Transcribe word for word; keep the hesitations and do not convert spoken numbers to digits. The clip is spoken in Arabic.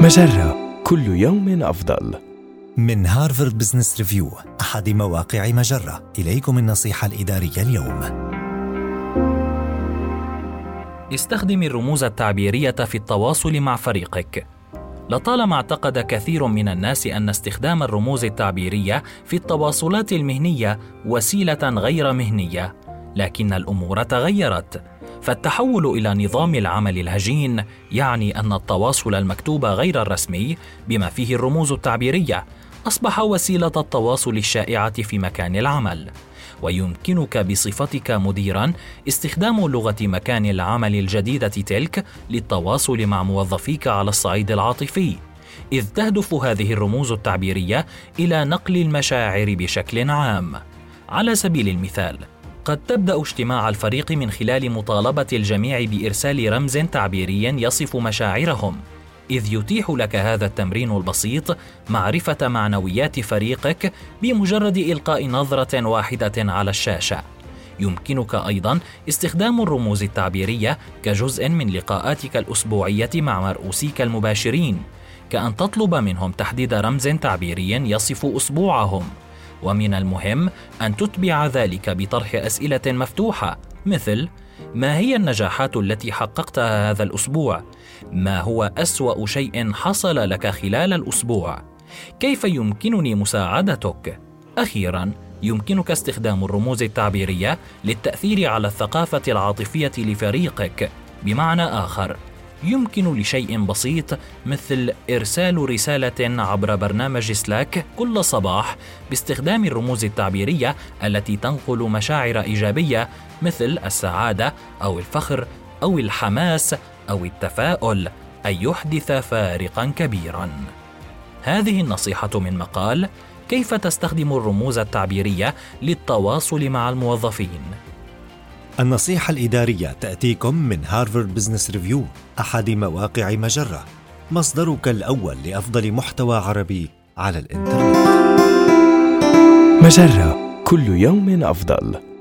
مجرة، كل يوم أفضل. من هارفارد بزنس ريفيو، أحد مواقع مجرة، إليكم النصيحة الإدارية اليوم. استخدم الرموز التعبيرية في التواصل مع فريقك. لطالما اعتقد كثير من الناس أن استخدام الرموز التعبيرية في التواصلات المهنية وسيلة غير مهنية، لكن الأمور تغيرت، فالتحول إلى نظام العمل الهجين يعني أن التواصل المكتوب غير الرسمي بما فيه الرموز التعبيرية أصبح وسيلة التواصل الشائعة في مكان العمل، ويمكنك بصفتك مديراً استخدام لغة مكان العمل الجديدة تلك للتواصل مع موظفيك على الصعيد العاطفي، إذ تهدف هذه الرموز التعبيرية إلى نقل المشاعر بشكل عام. على سبيل المثال، قد تبدأ اجتماع الفريق من خلال مطالبة الجميع بإرسال رمز تعبيري يصف مشاعرهم، إذ يتيح لك هذا التمرين البسيط معرفة معنويات فريقك بمجرد إلقاء نظرة واحدة على الشاشة. يمكنك أيضاً استخدام الرموز التعبيرية كجزء من لقاءاتك الأسبوعية مع مرؤوسيك المباشرين، كأن تطلب منهم تحديد رمز تعبيري يصف أسبوعهم. ومن المهم أن تتبع ذلك بطرح أسئلة مفتوحة مثل: ما هي النجاحات التي حققتها هذا الأسبوع؟ ما هو أسوأ شيء حصل لك خلال الأسبوع؟ كيف يمكنني مساعدتك؟ أخيراً، يمكنك استخدام الرموز التعبيرية للتأثير على الثقافة العاطفية لفريقك. بمعنى آخر، يمكن لشيء بسيط مثل إرسال رسالة عبر برنامج سلاك كل صباح باستخدام الرموز التعبيرية التي تنقل مشاعر إيجابية مثل السعادة أو الفخر أو الحماس أو التفاؤل، أن يحدث فارقاً كبيراً. هذه النصيحة من مقال كيف تستخدم الرموز التعبيرية للتواصل مع الموظفين. النصيحة الإدارية تأتيكم من هارفارد بزنس ريفيو، أحد مواقع مجرة، مصدرك الأول لأفضل محتوى عربي على الإنترنت. مجرة، كل يوم أفضل.